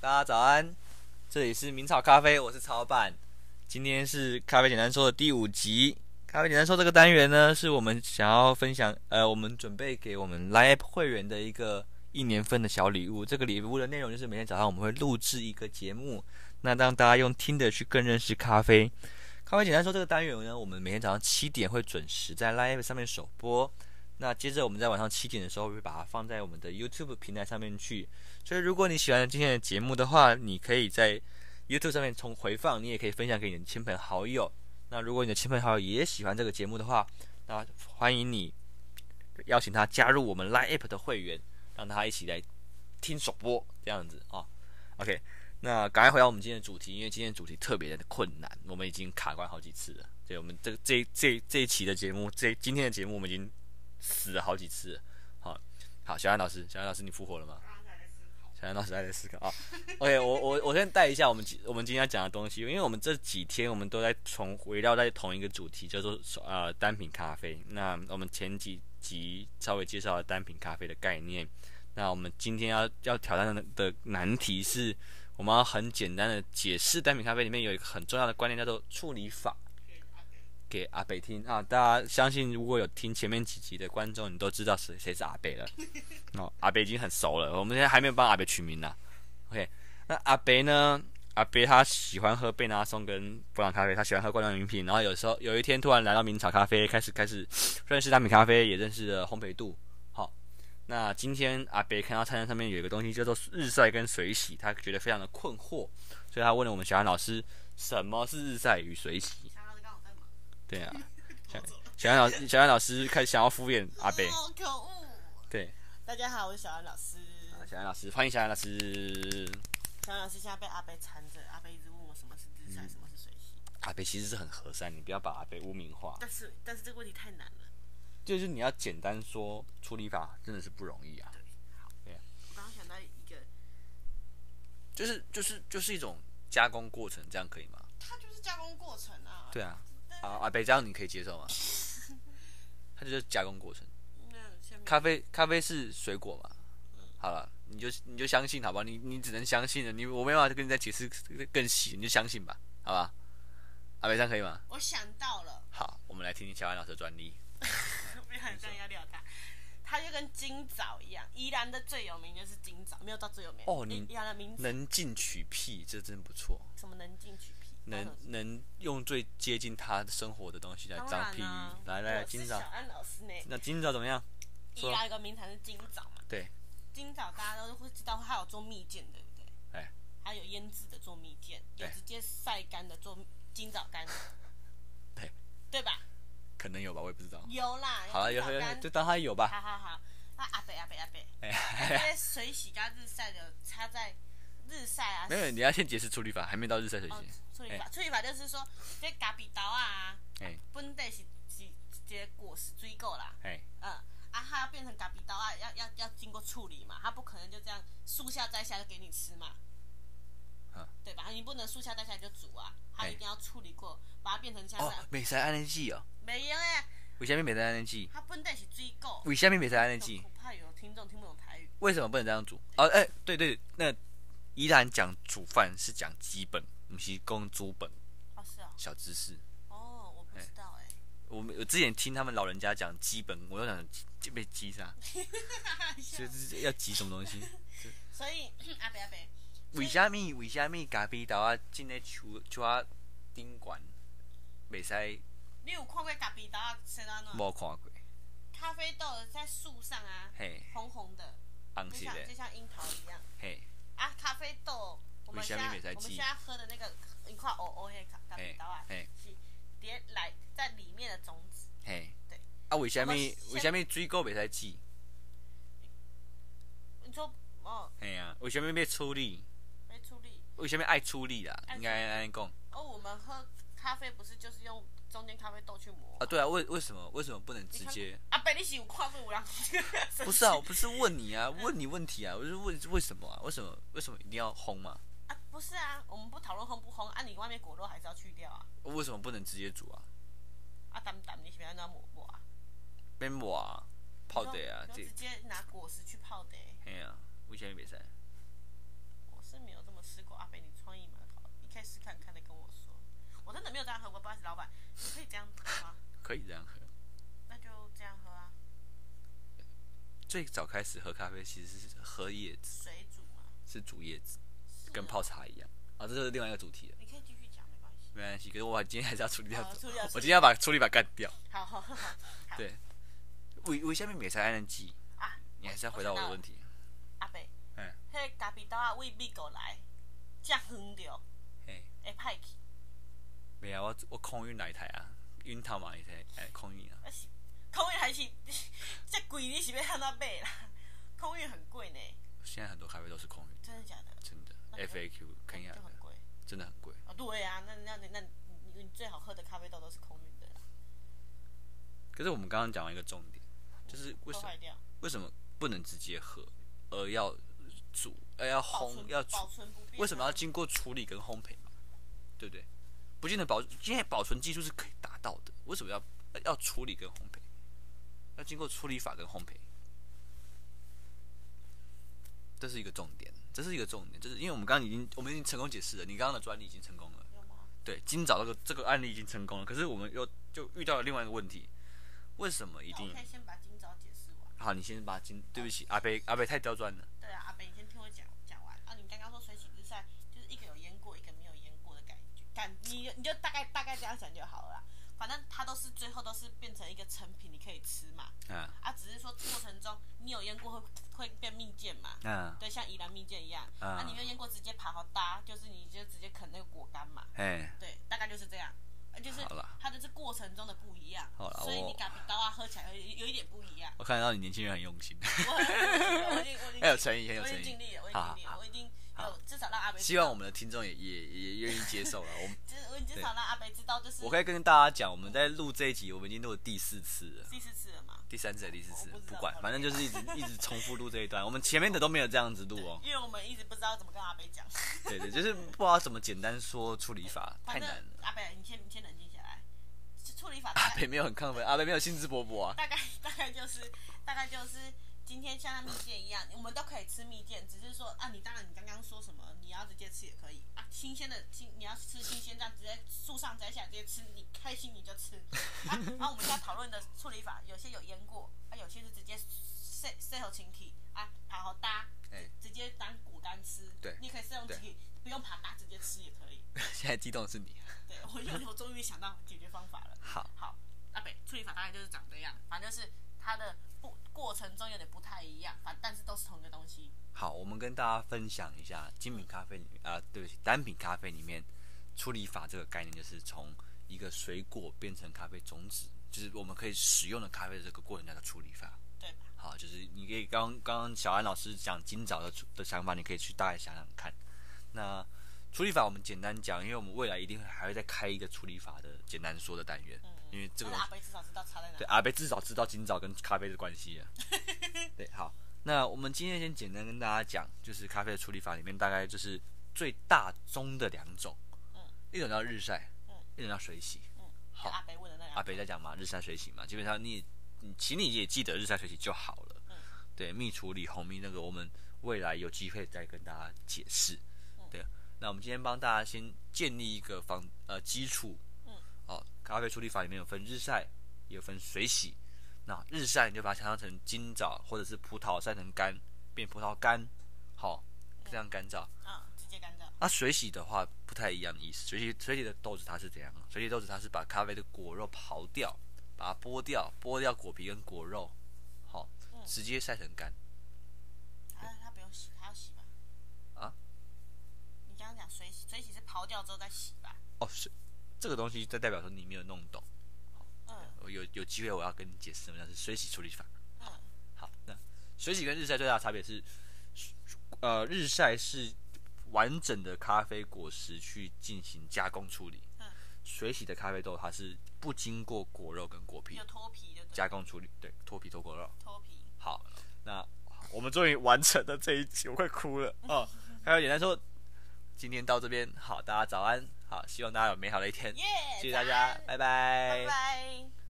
大家早安，这里是明草咖啡，我是曹板。今天是咖啡简单说的第5集。咖啡简单说这个单元呢，是我们想要分享，我们准备给我们 Line 会员的一个1年份的小礼物。这个礼物的内容就是每天早上我们会录制一个节目，那让大家用听的去更认识咖啡。咖啡简单说这个单元呢，我们每天早上7点会准时在 Line 上面首播。那接着我们在晚上7点的时候会把它放在我们的 YouTube 平台上面去，所以如果你喜欢今天的节目的话，你可以在 YouTube 上面重回放，你也可以分享给你的亲朋好友。那如果你的亲朋好友也喜欢这个节目的话，那欢迎你邀请他加入我们 Line App 的会员，让他一起来听首播这样子啊。OK， 那赶快回到我们今天的主题，因为今天的主题特别的困难，我们已经卡关好几次了。所以我们这一期的节目，今天的节目我们已经死了好几次了。好，小安老师，你复活了吗？小安老师还在思考啊。OK， 我先带一下我们今天要讲的东西，因为我们这几天我们都在围绕在同一个主题，叫做单品咖啡。那我们前几集稍微介绍了单品咖啡的概念。那我们今天要挑战的难题是，我们要很简单的解释单品咖啡里面有一个很重要的观念，叫做处理法。给阿北听啊！大家相信，如果有听前面几集的观众，你都知道谁是阿北了。阿北已经很熟了，我们现在还没有帮阿北取名呢。OK， 那阿北呢？阿北他喜欢喝贝纳颂跟布朗咖啡，他喜欢喝罐装饮品。然后有一天突然来到明草咖啡，开始认识单品咖啡，也认识了烘焙度。好，那今天阿北看到菜单上面有一个东西叫做日晒跟水洗，他觉得非常的困惑，所以他问了我们小安老师，什么是日晒与水洗？对啊，小安老师开始想要敷衍阿北， 可恶！ 对， 大家好，我是小安老师。 小安老师，欢迎小安老师。 小安老师现在被阿北缠着，阿北一直问我什么是日晒，什么是水洗。 阿北其实是很和善，你不要把阿北污名化。 但是这个问题太难了。 就是你要简单说处理法，真的是不容易啊。 对，好。 对啊。 我刚刚想到一个， 就是一种加工过程，这样可以吗？ 它就是加工过程啊。 对啊。阿北这样你可以接受吗？它就是加工过程。咖啡是水果嘛？好了，你就相信好不好？你只能相信了，我没办法跟你再解释更细，你就相信吧，好吧？阿北这样可以吗？ 我想到了。 好，我们来听听小安老师的专利。 不要这样压力好大。它就跟金枣一样，宜兰的最有名就是金枣，没有到最有名。 哦，你宜兰的名字能进取癖，这真不错。 什么能进取癖？ 能用最接近他生活的东西来当屁。来，金枣。 小安老师呢？ 那金枣怎么样？ 宜兰有个名产是金枣嘛？ 对。 金枣大家都会知道，它有做蜜饯，对不对？ 哎。 它有腌制的做蜜饯，有直接晒干的做金枣干。对吧？ 可能有吧，我也不知道。 有啦。 好了，有，就当它有吧。 好。那阿北。这些水洗跟日晒的差在日晒啊。 没有，你要先解释处理法，还没到日晒水洗。 处理法就是说，这咖啡豆啊，本地是一个果实水果啦。它要变成咖啡豆啊，要经过处理嘛，它不可能就这样树下摘下就给你吃嘛。对吧？你不能树下摘下来就煮啊，它一定要处理过，把它变成像这样。 袂使安尼煮哦。 没用诶。 为什么袂使安尼煮？ 它本地是水果。 为什么袂使安尼煮？ 我怕有听众听不懂台语。 为什么不能这样煮？对，那依然讲煮饭是讲基本，不是讲煮本。 哦，是啊。 小知识。 哦，我不知道哎。 我之前听他们老人家讲基本，我就想被鸡啥？就是要鸡什么东西？ 所以阿北。 为什么咖啡豆啊进在树啊顶管，袂使？ 你有看过咖啡豆啊？生安怎？ 无看过。 咖啡豆在树上啊，红红的，就像樱桃一样。咖啡豆，我们现在喝的那个一块黑黑咖啡豆啊，是叠来在里面的种子。对。 为什么水果袂使煮？ 你说为什么要处理？为什么爱处理啦？应该安尼讲。 我们喝咖啡不是就是用中间咖啡豆去磨啊？对啊，为什么不能直接？ 阿北你是有看过有人？ 不是啊，我不是问你啊，问你问题啊，我是问为什么啊？为什么一定要烘嘛？ 不是啊，我们不讨论烘不烘啊，你外面果肉还是要去掉啊。 为什么不能直接煮啊？ 淡你是要怎磨啊？ 免磨啊，泡茶啊， 就直接拿果实去泡茶。 嘿啊，为什么袂使？ 我是没有这么以试看看再跟我说。我真的没有这样喝过，不好意思，老板，你可以这样喝吗？ 可以这样喝。 那就这样喝啊。 最早开始喝咖啡其实是喝叶子， 水煮吗？ 是煮叶子，跟泡茶一样。啊，这是另外一个主题了。 你可以继续讲，没关系。 没关系，可是我今天还是要处理掉。 我今天要把处理法干掉。 好。 对。为什么袂使安尼记？啊，你还是要回答我的问题。 阿伯，迄咖啡豆啊，为美国来，遮远着，会歹去。 袂啊，我空运来台啊，运头嘛，空运啊。 空运还是这贵，你是要安怎买啦？空运很贵呢。 现在很多咖啡都是空运。 真的假的？ 真的 ，FAQ 肯亚的， 很贵， 真的很贵。 哦，对啊，那你最好喝的咖啡豆都是空运的啦。 可是我们刚刚讲了一个重点，就是为什么不能直接喝，而要煮，要烘，要煮？为什么要经过处理跟烘焙嘛？对不对？不见得今天保存技术是可以达到的，为什么要处理跟烘焙？要经过处理法跟烘焙，这是一个重点，就是因为我们已经成功解释了，你刚刚的专利已经成功了，对，今早这个案例已经成功了，可是我们就遇到了另外一个问题，为什么一定？ 我可以先把今早解释完。 好，你先把对不起，阿北太刁钻了。 对啊，阿北，你先听我讲完啊！你刚刚说水洗日晒就是一个有腌过，一个没有腌过的感觉，你就大概这样想就好了啦。反正它最后都是变成一个成品，你可以吃嘛。只是说过程中你有腌过会变蜜饯嘛。对，像宜兰蜜饯一样。你没有腌过直接爬好搭，就是你就直接啃那个果干嘛。对，大概就是这样。就是它的这过程中的不一样，所以你咖啡豆啊喝起来有一点不一样。 我看到你年轻人很用心， 我已经很有诚意， 我已经尽力了，我已经有至少让阿北。 希望我们的听众也愿意接受了。 我至少让阿北知道，就是我可以跟大家讲，我们在录这一集，我们已经录了第4次了。 第4次了吗？ 第3次还是第4次？不管，反正就是一直重复录这一段。我们前面的都没有这样子录哦， 因为我们一直不知道怎么跟阿北讲。 对，就是不知道怎么简单说处理法，太难了。 阿北，你先冷静下来。处理法阿北没有很亢奋，阿北没有兴致勃勃啊。 大概就是今天像那蜜饯一样，我们都可以吃蜜饯，只是说啊，当然你刚刚说什么，你要直接吃也可以啊，新鲜的你要吃新鲜，这样直接树上摘下来直接吃，你开心你就吃。然后我们现在讨论的处理法，有些有腌过，有些是直接塞好清体啊，爬好搭，直接当果干吃。 对， 你可以塞用体，不用爬搭直接吃也可以。 现在激动的是你。 对，我终于想到解决方法了。好，阿北处理法大概就是长这样，反正就是它的过程中有点不太一样，但是都是同一个东西。 好，我们跟大家分享一下精品咖啡里面对不起，单品咖啡里面处理法这个概念，就是从一个水果变成咖啡种子，就是我们可以使用的咖啡的这个过程叫做处理法。 对吧？ 好，就是你可以刚刚小安老师讲今早的想法，你可以去大概想想看。那处理法我们简单讲，因为我们未来一定还会再开一个处理法的简单说的单元，因为这个阿北至少知道差在哪。 对，阿北至少知道今早跟咖啡的关系了。对，好，那我们今天先简单跟大家讲，就是咖啡的处理法里面大概就是最大宗的2种，一种叫日晒，一种叫水洗。好， 阿北问的那样。 阿北在讲嘛，日晒水洗嘛，基本上请你也记得日晒水洗就好了。对，蜜处理、红蜜那个，我们未来有机会再跟大家解释。对。那我们今天帮大家先建立一个基础，咖啡处理法里面有分日晒，也有分水洗。那日晒你就把它想象成今早或者是葡萄晒成干，变葡萄干，好，这样干燥。 直接干燥。 那水洗的话不太一样的意思，水洗的豆子它是怎样？水洗豆子它是把咖啡的果肉刨掉，把它剥掉果皮跟果肉，好，直接晒成干。 它不用洗，它要洗吧？你刚刚讲水洗是刨掉之后再洗吧？ 这个东西就代表说你没有弄懂。有机会我要跟你解释什么叫是水洗处理法。好，那水洗跟日晒最大的差别是，日晒是完整的咖啡果实去进行加工处理，水洗的咖啡豆它是不经过果肉跟果皮， 有脱皮的加工处理，对，脱皮脱果肉。 脱皮。 好，那我们终于完成了这一集，我快哭了哦。还有简单说，今天到这边，好，大家早安，好，希望大家有美好的一天，谢谢大家，拜拜。